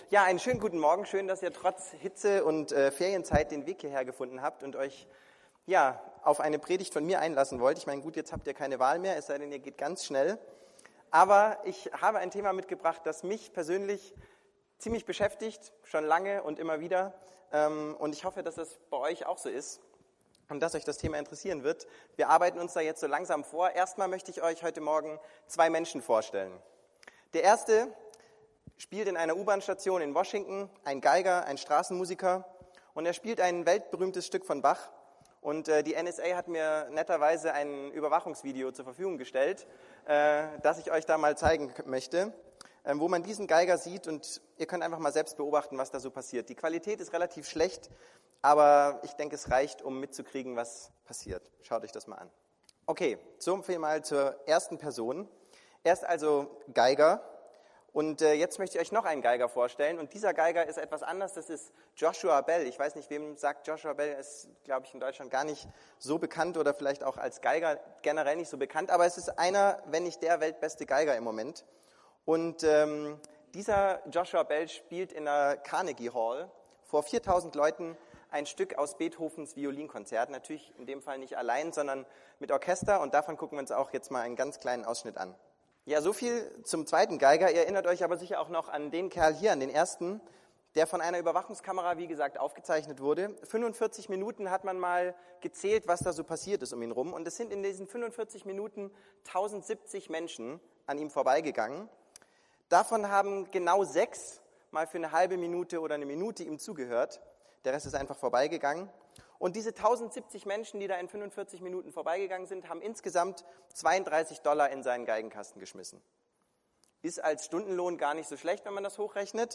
Ja, einen schönen guten Morgen. Schön, dass ihr trotz Hitze und Ferienzeit den Weg hierher gefunden habt und euch auf eine Predigt von mir einlassen wollt. Ich meine, gut, jetzt habt ihr keine Wahl mehr, es sei denn, ihr geht ganz schnell. Aber ich habe ein Thema mitgebracht, das mich persönlich ziemlich beschäftigt, schon lange und immer wieder. Und ich hoffe, dass es bei euch auch so ist und dass euch das Thema interessieren wird. Wir arbeiten uns da jetzt so langsam vor. Erstmal möchte ich euch heute Morgen zwei Menschen vorstellen. Der erste spielt in einer U-Bahn-Station in Washington, ein Geiger, ein Straßenmusiker, und er spielt ein weltberühmtes Stück von Bach. Und die NSA hat mir netterweise ein Überwachungsvideo zur Verfügung gestellt, das ich euch da mal zeigen möchte, wo man diesen Geiger sieht, und ihr könnt einfach mal selbst beobachten, was da so passiert. Die Qualität ist relativ schlecht, aber ich denke, es reicht, um mitzukriegen, was passiert. Schaut euch das mal an. Okay, so viel mal zur ersten Person. Er ist also Geiger. Und jetzt möchte ich euch noch einen Geiger vorstellen. Und dieser Geiger ist etwas anders. Das ist Joshua Bell. Ich weiß nicht, wem sagt Joshua Bell. Er ist, glaube ich, in Deutschland gar nicht so bekannt oder vielleicht auch als Geiger generell nicht so bekannt. Aber es ist einer, wenn nicht der weltbeste Geiger im Moment. Und dieser Joshua Bell spielt in der Carnegie Hall vor 4000 Leuten ein Stück aus Beethovens Violinkonzert. Natürlich in dem Fall nicht allein, sondern mit Orchester. Und davon gucken wir uns auch jetzt mal einen ganz kleinen Ausschnitt an. Ja, so viel zum zweiten Geiger. Ihr erinnert euch aber sicher auch noch an den Kerl hier, an den ersten, der von einer Überwachungskamera, wie gesagt, aufgezeichnet wurde. 45 Minuten hat man mal gezählt, was da so passiert ist um ihn rum. Und es sind in diesen 45 Minuten 1070 Menschen an ihm vorbeigegangen. Davon haben genau 6 mal für eine halbe Minute oder eine Minute ihm zugehört. Der Rest ist einfach vorbeigegangen. Und diese 1070 Menschen, die da in 45 Minuten vorbeigegangen sind, haben insgesamt $32 in seinen Geigenkasten geschmissen. Ist als Stundenlohn gar nicht so schlecht, wenn man das hochrechnet.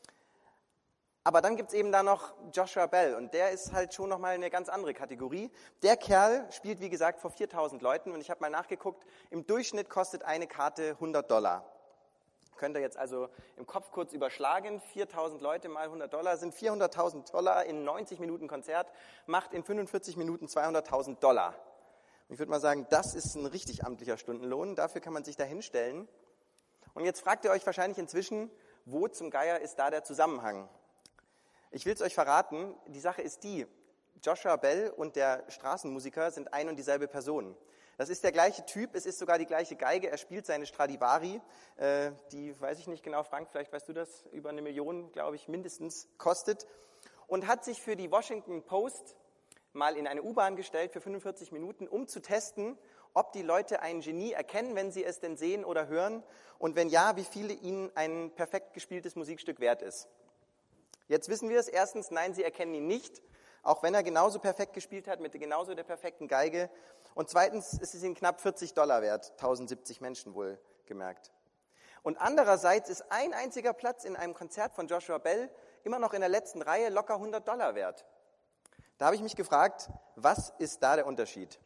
Aber dann gibt es eben da noch Joshua Bell, und der ist halt schon nochmal eine ganz andere Kategorie. Der Kerl spielt, wie gesagt, vor 4000 Leuten, und ich habe mal nachgeguckt, im Durchschnitt kostet eine Karte $100. Könnt ihr jetzt also im Kopf kurz überschlagen, 4.000 Leute mal $100 sind $400.000 in 90 Minuten Konzert, macht in 45 Minuten $200.000. Ich würde mal sagen, das ist ein richtig amtlicher Stundenlohn, dafür kann man sich da hinstellen. Und jetzt fragt ihr euch wahrscheinlich inzwischen, wo zum Geier ist da der Zusammenhang? Ich will es euch verraten, die Sache ist die: Joshua Bell und der Straßenmusiker sind ein und dieselbe Person. Das ist der gleiche Typ, es ist sogar die gleiche Geige, er spielt seine Stradivari, die, weiß ich nicht genau, Frank, vielleicht weißt du das, über 1 Million, glaube ich, mindestens kostet, und hat sich für die Washington Post mal in eine U-Bahn gestellt für 45 Minuten, um zu testen, ob die Leute ein Genie erkennen, wenn sie es denn sehen oder hören, und wenn ja, wie viele ihnen ein perfekt gespieltes Musikstück wert ist. Jetzt wissen wir es, erstens, nein, sie erkennen ihn nicht, auch wenn er genauso perfekt gespielt hat, mit genauso der perfekten Geige. Und zweitens ist es ihnen knapp $40 wert, 1070 Menschen wohl gemerkt. Und andererseits ist ein einziger Platz in einem Konzert von Joshua Bell immer noch in der letzten Reihe locker $100 wert. Da habe ich mich gefragt, was ist da der Unterschied?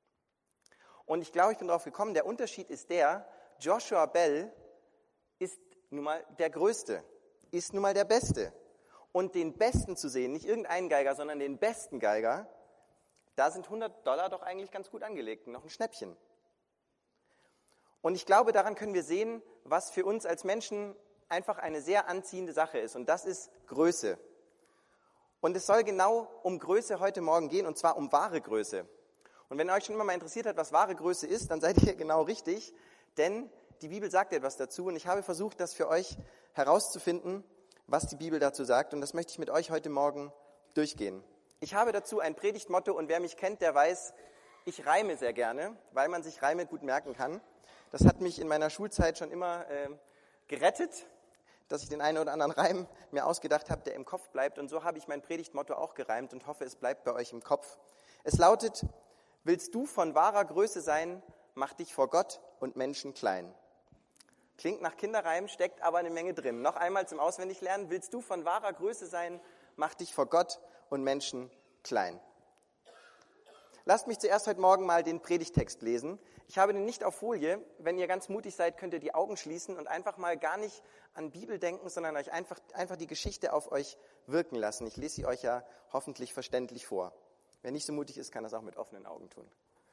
Und ich glaube, ich bin darauf gekommen, der Unterschied ist der: Joshua Bell ist nun mal der Größte, ist nun mal der Beste. Und den Besten zu sehen, nicht irgendeinen Geiger, sondern den besten Geiger, da sind $100 doch eigentlich ganz gut angelegt, noch ein Schnäppchen. Und ich glaube, daran können wir sehen, was für uns als Menschen einfach eine sehr anziehende Sache ist, und das ist Größe. Und es soll genau um Größe heute Morgen gehen, und zwar um wahre Größe. Und wenn euch schon immer mal interessiert hat, was wahre Größe ist, dann seid ihr genau richtig, denn die Bibel sagt etwas dazu, und ich habe versucht, das für euch herauszufinden, was die Bibel dazu sagt, und das möchte ich mit euch heute Morgen durchgehen. Ich habe dazu ein Predigtmotto, und wer mich kennt, der weiß, ich reime sehr gerne, weil man sich Reime gut merken kann. Das hat mich in meiner Schulzeit schon immer gerettet, dass ich den einen oder anderen Reim mir ausgedacht habe, der im Kopf bleibt, und so habe ich mein Predigtmotto auch gereimt und hoffe, es bleibt bei euch im Kopf. Es lautet: Willst du von wahrer Größe sein, mach dich vor Gott und Menschen klein. Klingt nach Kinderreim, steckt aber eine Menge drin. Noch einmal zum Auswendiglernen: Willst du von wahrer Größe sein, mach dich vor Gott und Menschen klein. Lasst mich zuerst heute Morgen mal den Predigtext lesen. Ich habe den nicht auf Folie. Wenn ihr ganz mutig seid, könnt ihr die Augen schließen und einfach mal gar nicht an Bibel denken, sondern euch einfach die Geschichte auf euch wirken lassen. Ich lese sie euch ja hoffentlich verständlich vor. Wer nicht so mutig ist, kann das auch mit offenen Augen tun.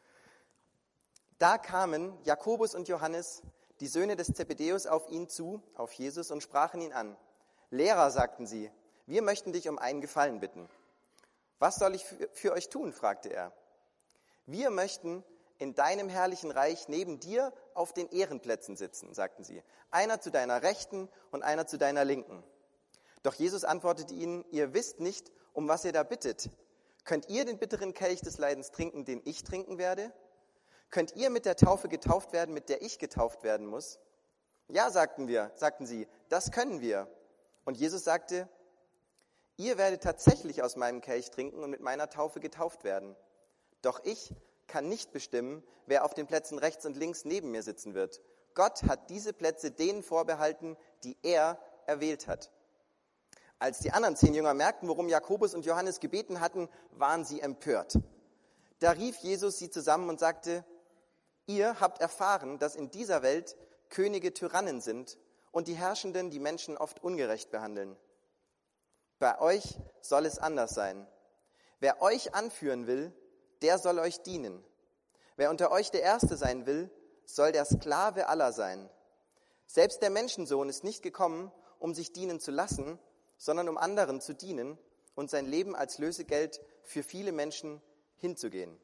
Da kamen Jakobus und Johannes, die Söhne des Zebedäus, auf ihn zu, auf Jesus, und sprachen ihn an: Lehrer, sagten sie, wir möchten dich um einen Gefallen bitten. Was soll ich für euch tun? Fragte er. Wir möchten in deinem herrlichen Reich neben dir auf den Ehrenplätzen sitzen, sagten sie. Einer zu deiner Rechten und einer zu deiner Linken. Doch Jesus antwortete ihnen, ihr wisst nicht, um was ihr da bittet. Könnt ihr den bitteren Kelch des Leidens trinken, den ich trinken werde? Könnt ihr mit der Taufe getauft werden, mit der ich getauft werden muss? Ja, sagten sie, das können wir. Und Jesus sagte, ihr werdet tatsächlich aus meinem Kelch trinken und mit meiner Taufe getauft werden. Doch ich kann nicht bestimmen, wer auf den Plätzen rechts und links neben mir sitzen wird. Gott hat diese Plätze denen vorbehalten, die er erwählt hat. Als die anderen 10 Jünger merkten, worum Jakobus und Johannes gebeten hatten, waren sie empört. Da rief Jesus sie zusammen und sagte, ihr habt erfahren, dass in dieser Welt Könige Tyrannen sind und die Herrschenden die Menschen oft ungerecht behandeln. Bei euch soll es anders sein. Wer euch anführen will, der soll euch dienen. Wer unter euch der Erste sein will, soll der Sklave aller sein. Selbst der Menschensohn ist nicht gekommen, um sich dienen zu lassen, sondern um anderen zu dienen und sein Leben als Lösegeld für viele Menschen hinzugeben.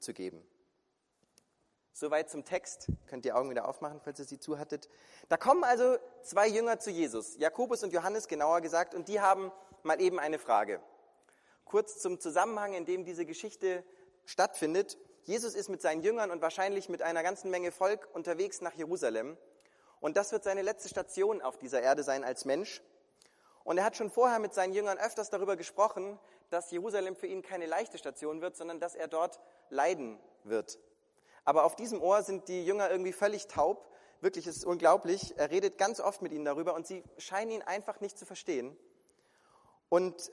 Soweit zum Text. Könnt ihr die Augen wieder aufmachen, falls ihr sie zu hattet. Da kommen also 2 Jünger zu Jesus, Jakobus und Johannes genauer gesagt, und die haben mal eben eine Frage. Kurz zum Zusammenhang, in dem diese Geschichte stattfindet. Jesus ist mit seinen Jüngern und wahrscheinlich mit einer ganzen Menge Volk unterwegs nach Jerusalem. Und das wird seine letzte Station auf dieser Erde sein als Mensch. Und er hat schon vorher mit seinen Jüngern öfters darüber gesprochen, dass Jerusalem für ihn keine leichte Station wird, sondern dass er dort leiden wird. Aber auf diesem Ohr sind die Jünger irgendwie völlig taub. Wirklich, es ist unglaublich. Er redet ganz oft mit ihnen darüber und sie scheinen ihn einfach nicht zu verstehen. Und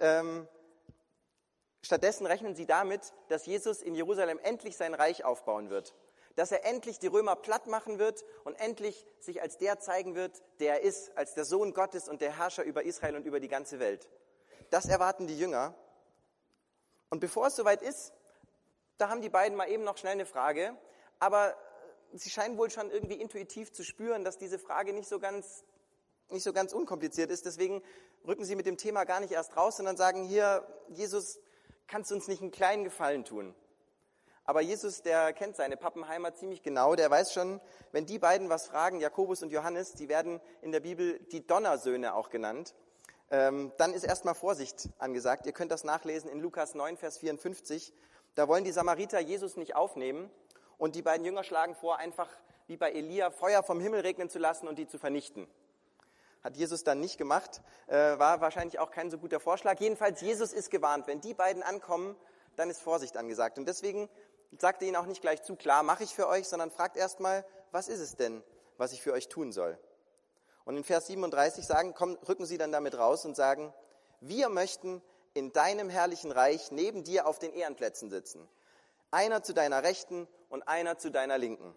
stattdessen rechnen sie damit, dass Jesus in Jerusalem endlich sein Reich aufbauen wird. Dass er endlich die Römer platt machen wird und endlich sich als der zeigen wird, der er ist, als der Sohn Gottes und der Herrscher über Israel und über die ganze Welt. Das erwarten die Jünger. Und bevor es soweit ist, da haben die beiden mal eben noch schnell eine Frage. Aber sie scheinen wohl schon irgendwie intuitiv zu spüren, dass diese Frage nicht so ganz unkompliziert ist. Deswegen rücken sie mit dem Thema gar nicht erst raus, sondern sagen, hier, Jesus, kannst du uns nicht einen kleinen Gefallen tun? Aber Jesus, der kennt seine Pappenheimer ziemlich genau. Der weiß schon, wenn die beiden was fragen, Jakobus und Johannes, die werden in der Bibel die Donnersöhne auch genannt, dann ist erstmal Vorsicht angesagt. Ihr könnt das nachlesen in Lukas 9, Vers 54. Da wollen die Samariter Jesus nicht aufnehmen und die beiden Jünger schlagen vor, einfach wie bei Elia Feuer vom Himmel regnen zu lassen und die zu vernichten. Hat Jesus dann nicht gemacht, war wahrscheinlich auch kein so guter Vorschlag. Jedenfalls, Jesus ist gewarnt. Wenn die beiden ankommen, dann ist Vorsicht angesagt. Und deswegen sagt er ihnen auch nicht gleich zu, klar, mache ich für euch, sondern fragt erstmal, was ist es denn, was ich für euch tun soll? Und in Vers 37 rücken sie dann damit raus und sagen, wir möchten in deinem herrlichen Reich neben dir auf den Ehrenplätzen sitzen. Einer zu deiner Rechten und einer zu deiner Linken.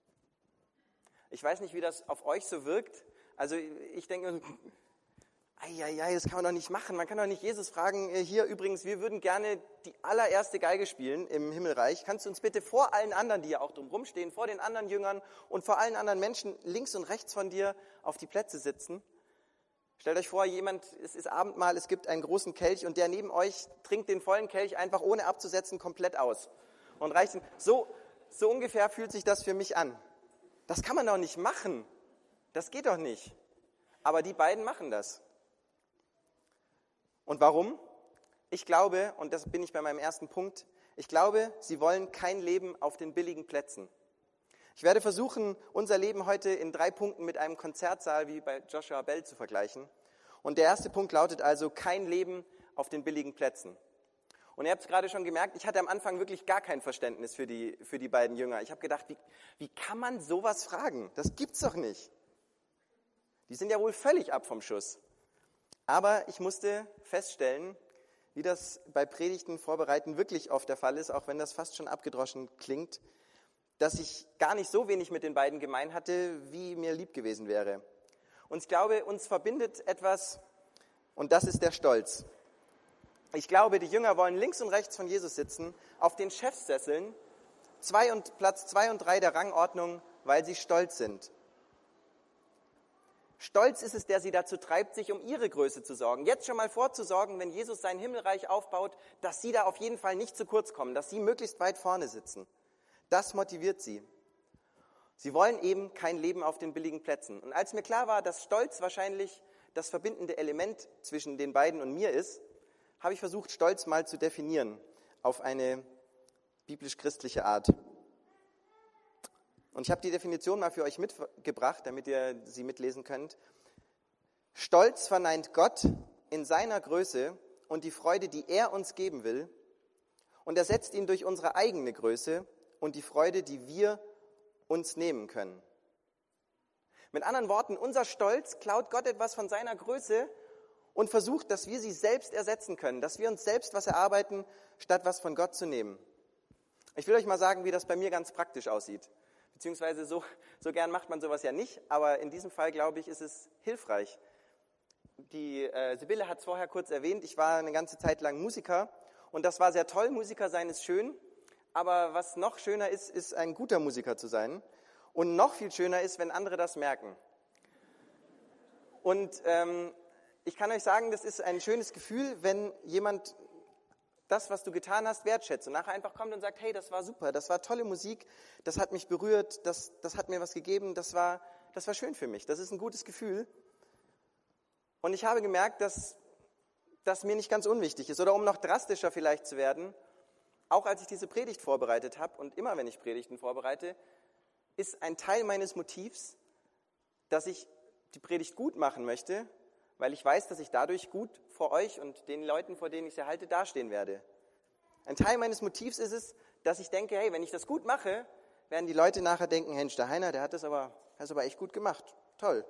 Ich weiß nicht, wie das auf euch so wirkt. Also ich denke, das kann man doch nicht machen. Man kann doch nicht Jesus fragen, hier übrigens, wir würden gerne die allererste Geige spielen im Himmelreich. Kannst du uns bitte vor allen anderen, die ja auch drumherum stehen, vor den anderen Jüngern und vor allen anderen Menschen links und rechts von dir auf die Plätze sitzen? Stellt euch vor, es ist Abendmahl, es gibt einen großen Kelch und der neben euch trinkt den vollen Kelch einfach ohne abzusetzen komplett aus. Und reicht ihm. So ungefähr fühlt sich das für mich an. Das kann man doch nicht machen. Das geht doch nicht. Aber die beiden machen das. Und warum? Ich glaube, und das bin ich bei meinem ersten Punkt, ich glaube, sie wollen kein Leben auf den billigen Plätzen. Ich werde versuchen, unser Leben heute in 3 Punkten mit einem Konzertsaal wie bei Joshua Bell zu vergleichen. Und der erste Punkt lautet also, kein Leben auf den billigen Plätzen. Und ihr habt es gerade schon gemerkt, ich hatte am Anfang wirklich gar kein Verständnis für die beiden Jünger. Ich habe gedacht, wie kann man sowas fragen? Das gibt's doch nicht. Die sind ja wohl völlig ab vom Schuss. Aber ich musste feststellen, wie das bei Predigten vorbereiten wirklich oft der Fall ist, auch wenn das fast schon abgedroschen klingt, dass ich gar nicht so wenig mit den beiden gemein hatte, wie mir lieb gewesen wäre. Und ich glaube, uns verbindet etwas, und das ist der Stolz. Ich glaube, die Jünger wollen links und rechts von Jesus sitzen, auf den Chefssesseln, Platz 2 und 3 der Rangordnung, weil sie stolz sind. Stolz ist es, der sie dazu treibt, sich um ihre Größe zu sorgen. Jetzt schon mal vorzusorgen, wenn Jesus sein Himmelreich aufbaut, dass sie da auf jeden Fall nicht zu kurz kommen, dass sie möglichst weit vorne sitzen. Das motiviert sie. Sie wollen eben kein Leben auf den billigen Plätzen. Und als mir klar war, dass Stolz wahrscheinlich das verbindende Element zwischen den beiden und mir ist, habe ich versucht, Stolz mal zu definieren auf eine biblisch-christliche Art. Und ich habe die Definition mal für euch mitgebracht, damit ihr sie mitlesen könnt. Stolz verneint Gott in seiner Größe und die Freude, die er uns geben will, und ersetzt ihn durch unsere eigene Größe und die Freude, die wir uns nehmen können. Mit anderen Worten, unser Stolz klaut Gott etwas von seiner Größe und versucht, dass wir sie selbst ersetzen können, dass wir uns selbst was erarbeiten, statt was von Gott zu nehmen. Ich will euch mal sagen, wie das bei mir ganz praktisch aussieht. Beziehungsweise so gern macht man sowas ja nicht, aber in diesem Fall, glaube ich, ist es hilfreich. Die Sibylle hat es vorher kurz erwähnt, ich war eine ganze Zeit lang Musiker und das war sehr toll, Musiker sein ist schön, aber was noch schöner ist ein guter Musiker zu sein und noch viel schöner ist, wenn andere das merken. Und ich kann euch sagen, das ist ein schönes Gefühl, wenn jemand das, was du getan hast, wertschätzt und nachher einfach kommt und sagt, hey, das war super, das war tolle Musik, das hat mich berührt, das hat mir was gegeben, das war schön für mich, das ist ein gutes Gefühl. Und ich habe gemerkt, dass das mir nicht ganz unwichtig ist. Oder um noch drastischer vielleicht zu werden, auch als ich diese Predigt vorbereitet habe und immer, wenn ich Predigten vorbereite, ist ein Teil meines Motivs, dass ich die Predigt gut machen möchte, weil ich weiß, dass ich dadurch gut vor euch und den Leuten, vor denen ich sie halte, dastehen werde. Ein Teil meines Motivs ist es, dass ich denke, hey, wenn ich das gut mache, werden die Leute nachher denken, Mensch, der Heiner, der hat das aber echt gut gemacht. Toll.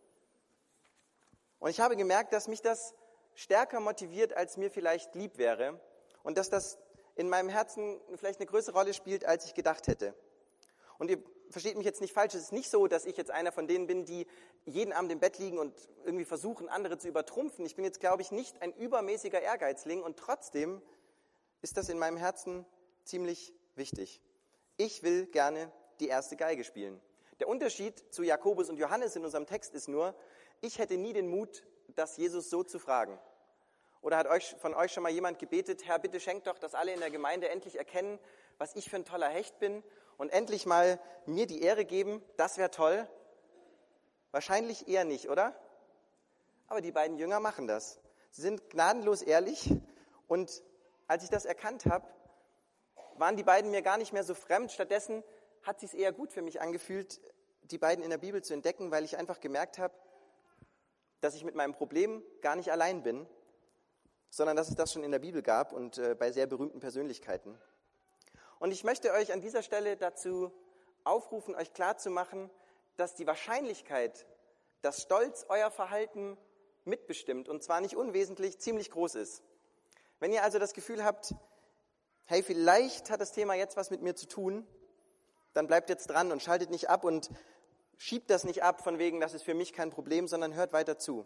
Und ich habe gemerkt, dass mich das stärker motiviert, als mir vielleicht lieb wäre und dass das in meinem Herzen vielleicht eine größere Rolle spielt, als ich gedacht hätte. Und ihr versteht mich jetzt nicht falsch, es ist nicht so, dass ich jetzt einer von denen bin, die jeden Abend im Bett liegen und irgendwie versuchen, andere zu übertrumpfen. Ich bin jetzt, glaube ich, nicht ein übermäßiger Ehrgeizling und trotzdem ist das in meinem Herzen ziemlich wichtig. Ich will gerne die erste Geige spielen. Der Unterschied zu Jakobus und Johannes in unserem Text ist nur, ich hätte nie den Mut, das Jesus so zu fragen. Oder hat von euch schon mal jemand gebetet, Herr, bitte schenkt doch, dass alle in der Gemeinde endlich erkennen, was ich für ein toller Hecht bin und endlich mal mir die Ehre geben, das wäre toll. Wahrscheinlich eher nicht, oder? Aber die beiden Jünger machen das. Sie sind gnadenlos ehrlich und als ich das erkannt habe, waren die beiden mir gar nicht mehr so fremd. Stattdessen hat es sich eher gut für mich angefühlt, die beiden in der Bibel zu entdecken, weil ich einfach gemerkt habe, dass ich mit meinem Problem gar nicht allein bin, sondern dass es das schon in der Bibel gab und bei sehr berühmten Persönlichkeiten. Und ich möchte euch an dieser Stelle dazu aufrufen, euch klarzumachen, dass die Wahrscheinlichkeit, dass Stolz euer Verhalten mitbestimmt, und zwar nicht unwesentlich, ziemlich groß ist. Wenn ihr also das Gefühl habt, hey, vielleicht hat das Thema jetzt was mit mir zu tun, dann bleibt jetzt dran und schaltet nicht ab und schiebt das nicht ab von wegen, das ist für mich kein Problem, sondern hört weiter zu.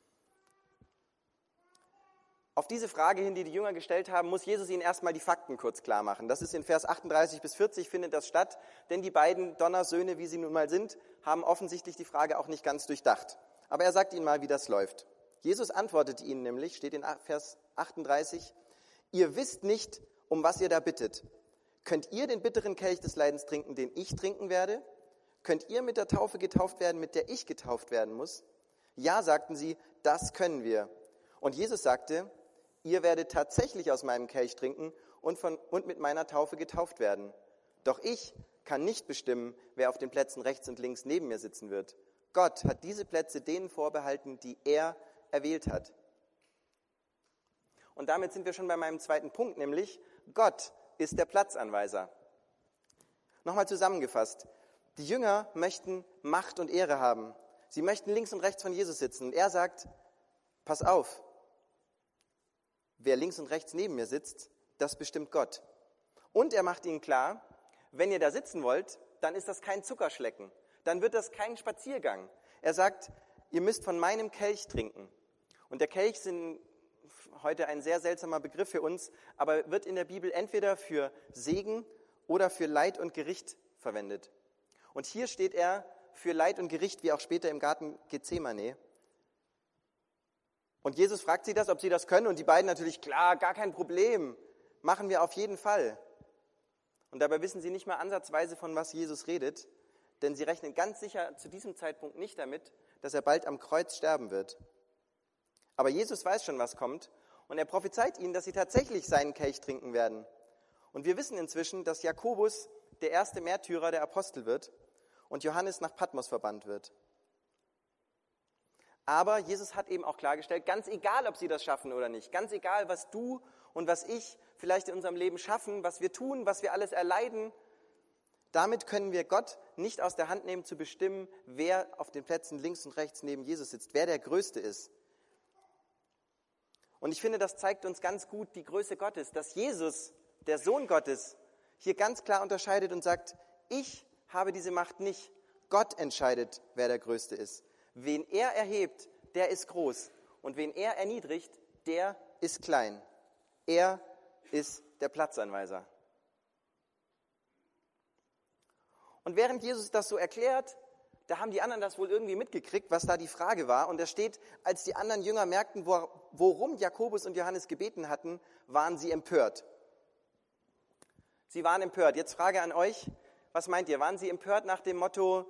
Auf diese Frage hin, die die Jünger gestellt haben, muss Jesus ihnen erstmal die Fakten kurz klar machen. Das ist in Vers 38 bis 40 findet das statt, denn die beiden Donnersöhne, wie sie nun mal sind, haben offensichtlich die Frage auch nicht ganz durchdacht. Aber er sagt ihnen mal, wie das läuft. Jesus antwortete ihnen nämlich, steht in Vers 38, ihr wisst nicht, um was ihr da bittet. Könnt ihr den bitteren Kelch des Leidens trinken, den ich trinken werde? Könnt ihr mit der Taufe getauft werden, mit der ich getauft werden muss? Ja, sagten sie, das können wir. Und Jesus sagte, ihr werdet tatsächlich aus meinem Kelch trinken und mit meiner Taufe getauft werden. Doch ich kann nicht bestimmen, wer auf den Plätzen rechts und links neben mir sitzen wird. Gott hat diese Plätze denen vorbehalten, die er erwählt hat. Und damit sind wir schon bei meinem zweiten Punkt, nämlich Gott ist der Platzanweiser. Nochmal zusammengefasst, die Jünger möchten Macht und Ehre haben. Sie möchten links und rechts von Jesus sitzen. Und er sagt, pass auf, wer links und rechts neben mir sitzt, das bestimmt Gott. Und er macht ihnen klar, wenn ihr da sitzen wollt, dann ist das kein Zuckerschlecken. Dann wird das kein Spaziergang. Er sagt, ihr müsst von meinem Kelch trinken. Und der Kelch sind heute ein sehr seltsamer Begriff für uns, aber wird in der Bibel entweder für Segen oder für Leid und Gericht verwendet. Und hier steht er für Leid und Gericht, wie auch später im Garten Gethsemane. Und Jesus fragt sie das, ob sie das können. Und die beiden natürlich, klar, gar kein Problem. Machen wir auf jeden Fall. Und dabei wissen sie nicht mal ansatzweise, von was Jesus redet. Denn sie rechnen ganz sicher zu diesem Zeitpunkt nicht damit, dass er bald am Kreuz sterben wird. Aber Jesus weiß schon, was kommt. Und er prophezeit ihnen, dass sie tatsächlich seinen Kelch trinken werden. Und wir wissen inzwischen, dass Jakobus der erste Märtyrer der Apostel wird und Johannes nach Patmos verbannt wird. Aber Jesus hat eben auch klargestellt, ganz egal, ob sie das schaffen oder nicht, ganz egal, was du und was ich vielleicht in unserem Leben schaffen, was wir tun, was wir alles erleiden, damit können wir Gott nicht aus der Hand nehmen, zu bestimmen, wer auf den Plätzen links und rechts neben Jesus sitzt, wer der Größte ist. Und ich finde, das zeigt uns ganz gut die Größe Gottes, dass Jesus, der Sohn Gottes, hier ganz klar unterscheidet und sagt, ich habe diese Macht nicht. Gott entscheidet, wer der Größte ist. Wen er erhebt, der ist groß. Und wen er erniedrigt, der ist klein. Er ist der Platzanweiser. Und während Jesus das so erklärt, da haben die anderen das wohl irgendwie mitgekriegt, was da die Frage war. Und da steht, als die anderen Jünger merkten, worum Jakobus und Johannes gebeten hatten, waren sie empört. Sie waren empört. Jetzt Frage an euch, was meint ihr? Waren sie empört nach dem Motto,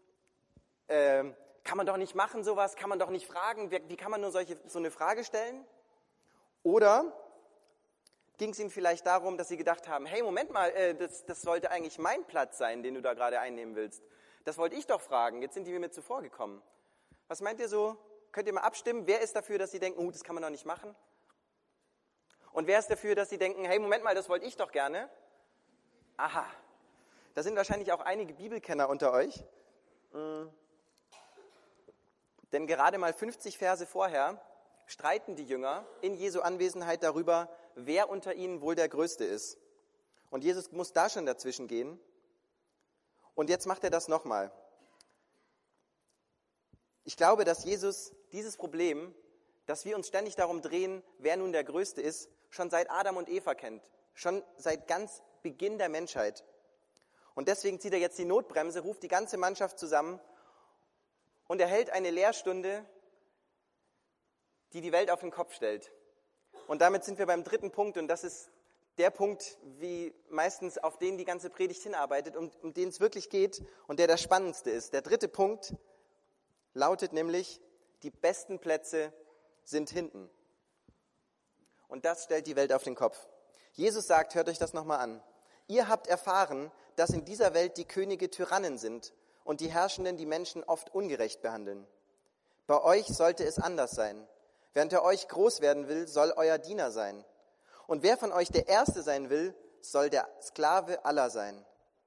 kann man doch nicht machen sowas, kann man doch nicht fragen, wie kann man nur so eine Frage stellen? Oder ging es ihnen vielleicht darum, dass sie gedacht haben, hey, Moment mal, das sollte eigentlich mein Platz sein, den du da gerade einnehmen willst. Das wollte ich doch fragen, jetzt sind die mir zuvor gekommen. Was meint ihr so? Könnt ihr mal abstimmen, wer ist dafür, dass sie denken, das kann man doch nicht machen? Und wer ist dafür, dass sie denken, hey, Moment mal, das wollte ich doch gerne? Aha, da sind wahrscheinlich auch einige Bibelkenner unter euch. Denn gerade mal 50 Verse vorher streiten die Jünger in Jesu Anwesenheit darüber, wer unter ihnen wohl der Größte ist. Und Jesus muss da schon dazwischen gehen. Und jetzt macht er das nochmal. Ich glaube, dass Jesus dieses Problem, dass wir uns ständig darum drehen, wer nun der Größte ist, schon seit Adam und Eva kennt. Schon seit ganz Beginn der Menschheit. Und deswegen zieht er jetzt die Notbremse, ruft die ganze Mannschaft zusammen und er hält eine Lehrstunde, die die Welt auf den Kopf stellt. Und damit sind wir beim dritten Punkt und das ist der Punkt, wie meistens auf den die ganze Predigt hinarbeitet, um den es wirklich geht und der das Spannendste ist. Der dritte Punkt lautet nämlich, die besten Plätze sind hinten. Und das stellt die Welt auf den Kopf. Jesus sagt, hört euch das nochmal an, ihr habt erfahren, dass in dieser Welt die Könige Tyrannen sind und die Herrschenden die Menschen oft ungerecht behandeln. Bei euch sollte es anders sein. Wer unter euch groß werden will, soll euer Diener sein. Und wer von euch der Erste sein will, soll der Sklave aller sein.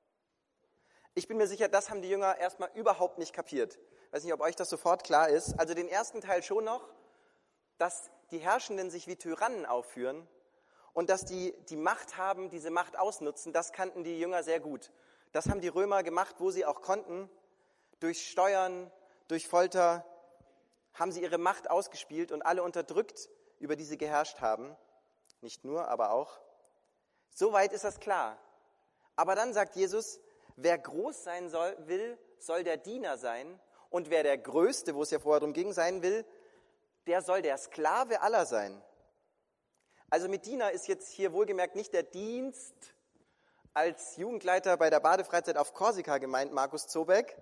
Ich bin mir sicher, das haben die Jünger erstmal überhaupt nicht kapiert. Ich weiß nicht, ob euch das sofort klar ist. Also den ersten Teil schon noch, dass die Herrschenden sich wie Tyrannen aufführen und dass die Macht haben, diese Macht ausnutzen, das kannten die Jünger sehr gut. Das haben die Römer gemacht, wo sie auch konnten. Durch Steuern, durch Folter haben sie ihre Macht ausgespielt und alle unterdrückt, über die sie geherrscht haben. Nicht nur, aber auch. Soweit ist das klar. Aber dann sagt Jesus, wer groß sein will, soll der Diener sein. Und wer der Größte, wo es ja vorher darum ging, sein will, der soll der Sklave aller sein. Also mit Diener ist jetzt hier wohlgemerkt nicht der Dienst als Jugendleiter bei der Badefreizeit auf Korsika gemeint, Markus Zobeck.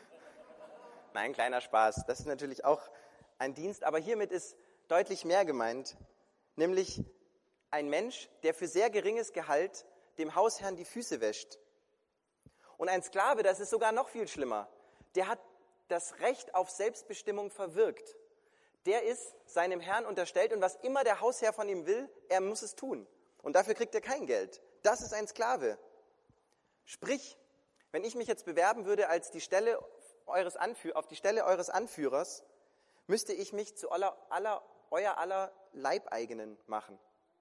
Nein, kleiner Spaß. Das ist natürlich auch ein Dienst, aber hiermit ist deutlich mehr gemeint, nämlich ein Mensch, der für sehr geringes Gehalt dem Hausherrn die Füße wäscht. Und ein Sklave, das ist sogar noch viel schlimmer, der hat das Recht auf Selbstbestimmung verwirkt. Der ist seinem Herrn unterstellt und was immer der Hausherr von ihm will, er muss es tun. Und dafür kriegt er kein Geld. Das ist ein Sklave. Sprich, wenn ich mich jetzt bewerben würde als auf die Stelle eures Anführers, müsste ich mich zu euer aller Leibeigenen machen.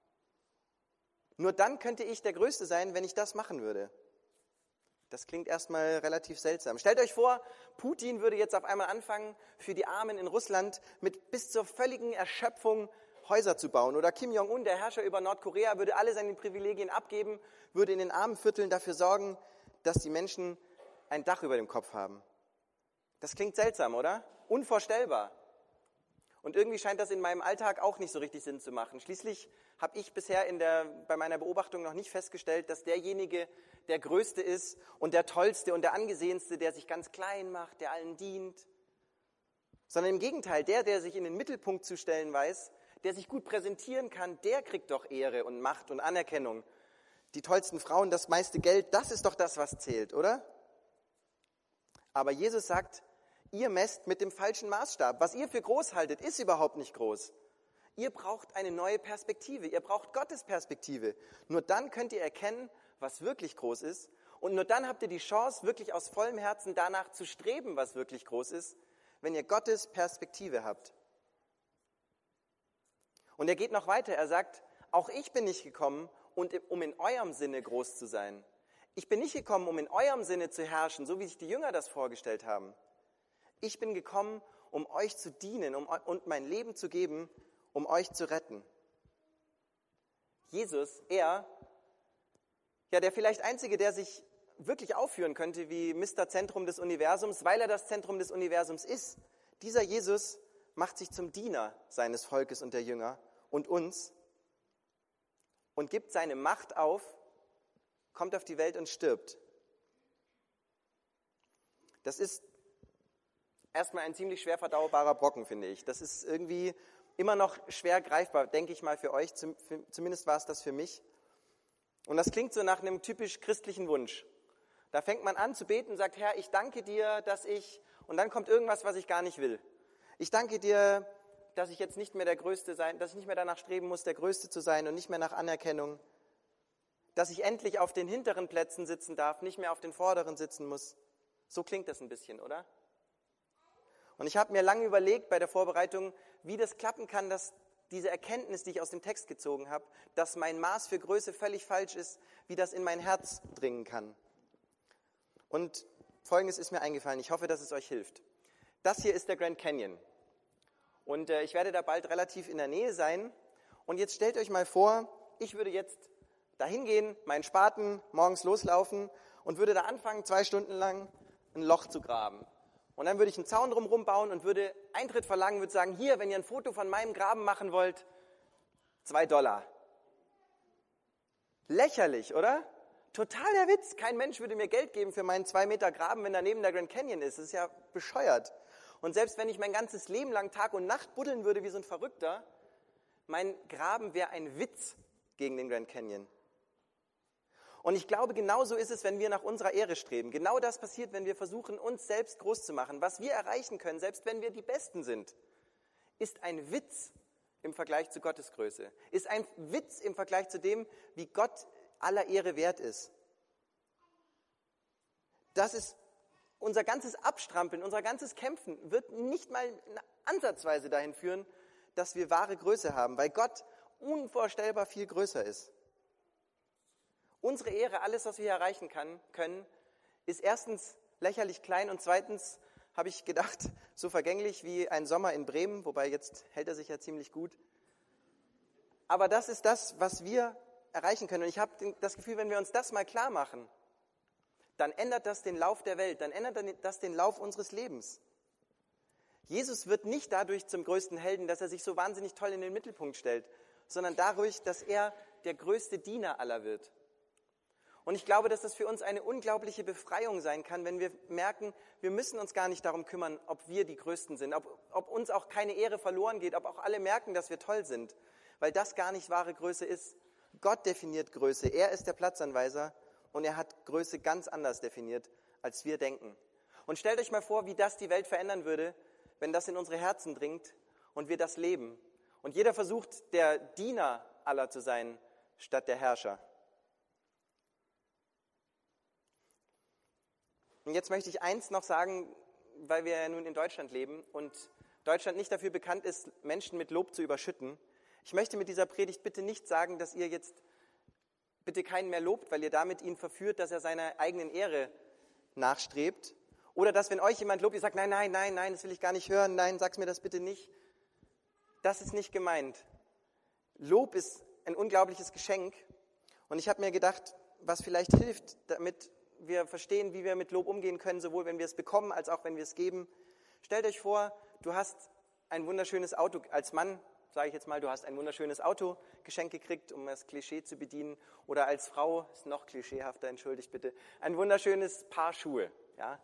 Nur dann könnte ich der Größte sein, wenn ich das machen würde. Das klingt erstmal relativ seltsam. Stellt euch vor, Putin würde jetzt auf einmal anfangen, für die Armen in Russland mit bis zur völligen Erschöpfung Häuser zu bauen. Oder Kim Jong-un, der Herrscher über Nordkorea, würde alle seine Privilegien abgeben, würde in den armen Vierteln dafür sorgen, dass die Menschen ein Dach über dem Kopf haben. Das klingt seltsam, oder? Unvorstellbar. Und irgendwie scheint das in meinem Alltag auch nicht so richtig Sinn zu machen. Schließlich habe ich bisher bei meiner Beobachtung noch nicht festgestellt, dass derjenige der Größte ist und der Tollste und der Angesehenste, der sich ganz klein macht, der allen dient. Sondern im Gegenteil, der sich in den Mittelpunkt zu stellen weiß, der sich gut präsentieren kann, der kriegt doch Ehre und Macht und Anerkennung. Die tollsten Frauen, das meiste Geld, das ist doch das, was zählt, oder? Aber Jesus sagt, ihr messt mit dem falschen Maßstab. Was ihr für groß haltet, ist überhaupt nicht groß. Ihr braucht eine neue Perspektive. Ihr braucht Gottes Perspektive. Nur dann könnt ihr erkennen, was wirklich groß ist. Und nur dann habt ihr die Chance, wirklich aus vollem Herzen danach zu streben, was wirklich groß ist, wenn ihr Gottes Perspektive habt. Und er geht noch weiter. Er sagt, auch ich bin nicht gekommen, um in eurem Sinne groß zu sein. Ich bin nicht gekommen, um in eurem Sinne zu herrschen, so wie sich die Jünger das vorgestellt haben. Ich bin gekommen, um euch zu dienen und mein Leben zu geben, um euch zu retten. Jesus, der vielleicht Einzige, der sich wirklich aufführen könnte wie Mr. Zentrum des Universums, weil er das Zentrum des Universums ist. Dieser Jesus macht sich zum Diener seines Volkes und der Jünger und uns und gibt seine Macht auf, kommt auf die Welt und stirbt. Das ist erstmal ein ziemlich schwer verdaubarer Brocken, finde ich. Das ist irgendwie immer noch schwer greifbar, denke ich mal, für euch. Zumindest war es das für mich. Und das klingt so nach einem typisch christlichen Wunsch. Da fängt man an zu beten und sagt, Herr, ich danke dir, dass ich... Und dann kommt irgendwas, was ich gar nicht will. Ich danke dir, dass ich jetzt nicht mehr der Größte sein, dass ich nicht mehr danach streben muss, der Größte zu sein und nicht mehr nach Anerkennung. Dass ich endlich auf den hinteren Plätzen sitzen darf, nicht mehr auf den vorderen sitzen muss. So klingt das ein bisschen, oder? Und ich habe mir lange überlegt bei der Vorbereitung, wie das klappen kann, dass diese Erkenntnis, die ich aus dem Text gezogen habe, dass mein Maß für Größe völlig falsch ist, wie das in mein Herz dringen kann. Und Folgendes ist mir eingefallen, ich hoffe, dass es euch hilft. Das hier ist der Grand Canyon. Und ich werde da bald relativ in der Nähe sein. Und jetzt stellt euch mal vor, ich würde jetzt dahin gehen, meinen Spaten morgens loslaufen und würde da anfangen, 2 Stunden lang ein Loch zu graben. Und dann würde ich einen Zaun drumherum bauen und würde Eintritt verlangen, würde sagen, hier, wenn ihr ein Foto von meinem Graben machen wollt, $2. Lächerlich, oder? Total der Witz. Kein Mensch würde mir Geld geben für meinen 2 Meter Graben, wenn daneben der Grand Canyon ist. Das ist ja bescheuert. Und selbst wenn ich mein ganzes Leben lang Tag und Nacht buddeln würde wie so ein Verrückter, mein Graben wäre ein Witz gegen den Grand Canyon. Und ich glaube, genauso ist es, wenn wir nach unserer Ehre streben. Genau das passiert, wenn wir versuchen, uns selbst groß zu machen. Was wir erreichen können, selbst wenn wir die Besten sind, ist ein Witz im Vergleich zu Gottes Größe. Ist ein Witz im Vergleich zu dem, wie Gott aller Ehre wert ist. Das ist unser ganzes Abstrampeln, unser ganzes Kämpfen wird nicht mal ansatzweise dahin führen, dass wir wahre Größe haben, weil Gott unvorstellbar viel größer ist. Unsere Ehre, alles, was wir hier erreichen können, ist erstens lächerlich klein und zweitens, habe ich gedacht, so vergänglich wie ein Sommer in Bremen, wobei jetzt hält er sich ja ziemlich gut. Aber das ist das, was wir erreichen können. Und ich habe das Gefühl, wenn wir uns das mal klar machen, dann ändert das den Lauf der Welt, dann ändert das den Lauf unseres Lebens. Jesus wird nicht dadurch zum größten Helden, dass er sich so wahnsinnig toll in den Mittelpunkt stellt, sondern dadurch, dass er der größte Diener aller wird. Und ich glaube, dass das für uns eine unglaubliche Befreiung sein kann, wenn wir merken, wir müssen uns gar nicht darum kümmern, ob wir die Größten sind, ob uns auch keine Ehre verloren geht, ob auch alle merken, dass wir toll sind, weil das gar nicht wahre Größe ist. Gott definiert Größe, er ist der Platzanweiser und er hat Größe ganz anders definiert, als wir denken. Und stellt euch mal vor, wie das die Welt verändern würde, wenn das in unsere Herzen dringt und wir das leben. Und jeder versucht, der Diener aller zu sein, statt der Herrscher. Und jetzt möchte ich eins noch sagen, weil wir ja nun in Deutschland leben und Deutschland nicht dafür bekannt ist, Menschen mit Lob zu überschütten. Ich möchte mit dieser Predigt bitte nicht sagen, dass ihr jetzt bitte keinen mehr lobt, weil ihr damit ihn verführt, dass er seiner eigenen Ehre nachstrebt. Oder dass, wenn euch jemand lobt, ihr sagt, nein, das will ich gar nicht hören, nein, sag's mir das bitte nicht. Das ist nicht gemeint. Lob ist ein unglaubliches Geschenk. Und ich habe mir gedacht, was vielleicht hilft, damit wir verstehen, wie wir mit Lob umgehen können, sowohl wenn wir es bekommen, als auch wenn wir es geben. Stellt euch vor, du hast ein wunderschönes Auto, als Mann, sage ich jetzt mal, du hast ein wunderschönes Auto geschenkt gekriegt, um das Klischee zu bedienen. Oder als Frau, ist noch klischeehafter, entschuldigt bitte, ein wunderschönes Paar Schuhe. Ja?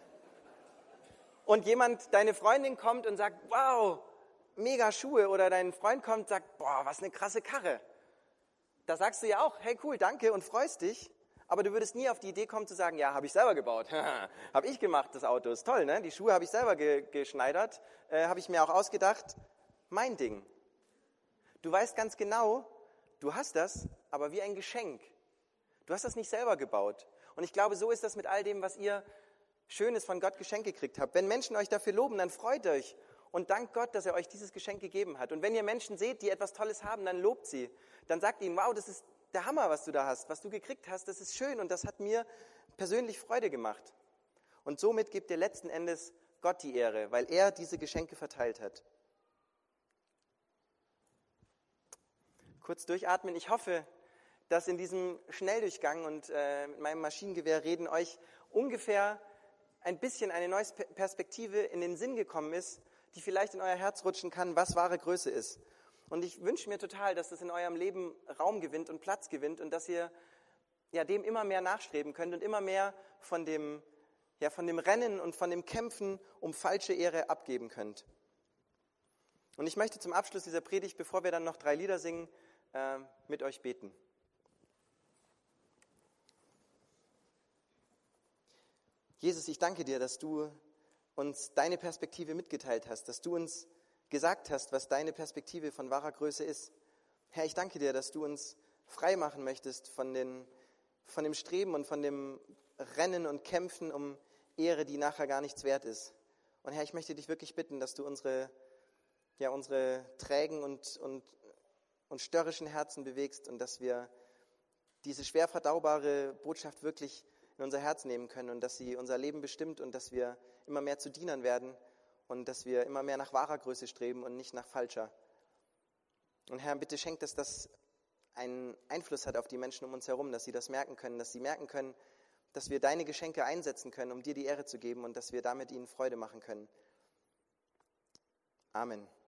Und deine Freundin kommt und sagt, wow, mega Schuhe. Oder dein Freund kommt und sagt, boah, was eine krasse Karre. Da sagst du ja auch, hey cool, danke und freust dich. Aber du würdest nie auf die Idee kommen zu sagen, ja, habe ich selber gebaut. Habe ich gemacht, das Auto. Ist toll, ne? Die Schuhe habe ich selber geschneidert. Habe ich mir auch ausgedacht. Mein Ding. Du weißt ganz genau, du hast das, aber wie ein Geschenk. Du hast das nicht selber gebaut. Und ich glaube, so ist das mit all dem, was ihr Schönes von Gott geschenkt gekriegt habt. Wenn Menschen euch dafür loben, dann freut euch und dankt Gott, dass er euch dieses Geschenk gegeben hat. Und wenn ihr Menschen seht, die etwas Tolles haben, dann lobt sie. Dann sagt ihnen, wow, das ist der Hammer, was du da hast, was du gekriegt hast, das ist schön und das hat mir persönlich Freude gemacht. Und somit gebt ihr letzten Endes Gott die Ehre, weil er diese Geschenke verteilt hat. Kurz durchatmen. Ich hoffe, dass in diesem Schnelldurchgang und mit meinem Maschinengewehr reden euch ungefähr ein bisschen eine neue Perspektive in den Sinn gekommen ist, die vielleicht in euer Herz rutschen kann, was wahre Größe ist. Und ich wünsche mir total, dass das in eurem Leben Raum gewinnt und Platz gewinnt und dass ihr dem immer mehr nachstreben könnt und immer mehr von dem Rennen und von dem Kämpfen um falsche Ehre abgeben könnt. Und ich möchte zum Abschluss dieser Predigt, bevor wir dann noch 3 Lieder singen, mit euch beten. Jesus, ich danke dir, dass du uns deine Perspektive mitgeteilt hast, dass du uns gesagt hast, was deine Perspektive von wahrer Größe ist. Herr, ich danke dir, dass du uns frei machen möchtest von dem Streben und von dem Rennen und Kämpfen um Ehre, die nachher gar nichts wert ist. Und Herr, ich möchte dich wirklich bitten, dass du unsere trägen und störrischen Herzen bewegst und dass wir diese schwer verdaubare Botschaft wirklich in unser Herz nehmen können und dass sie unser Leben bestimmt und dass wir immer mehr zu Dienern werden und dass wir immer mehr nach wahrer Größe streben und nicht nach falscher. Und Herr, bitte schenk, dass das einen Einfluss hat auf die Menschen um uns herum, dass sie das merken können, dass sie merken können, dass wir deine Geschenke einsetzen können, um dir die Ehre zu geben und dass wir damit ihnen Freude machen können. Amen.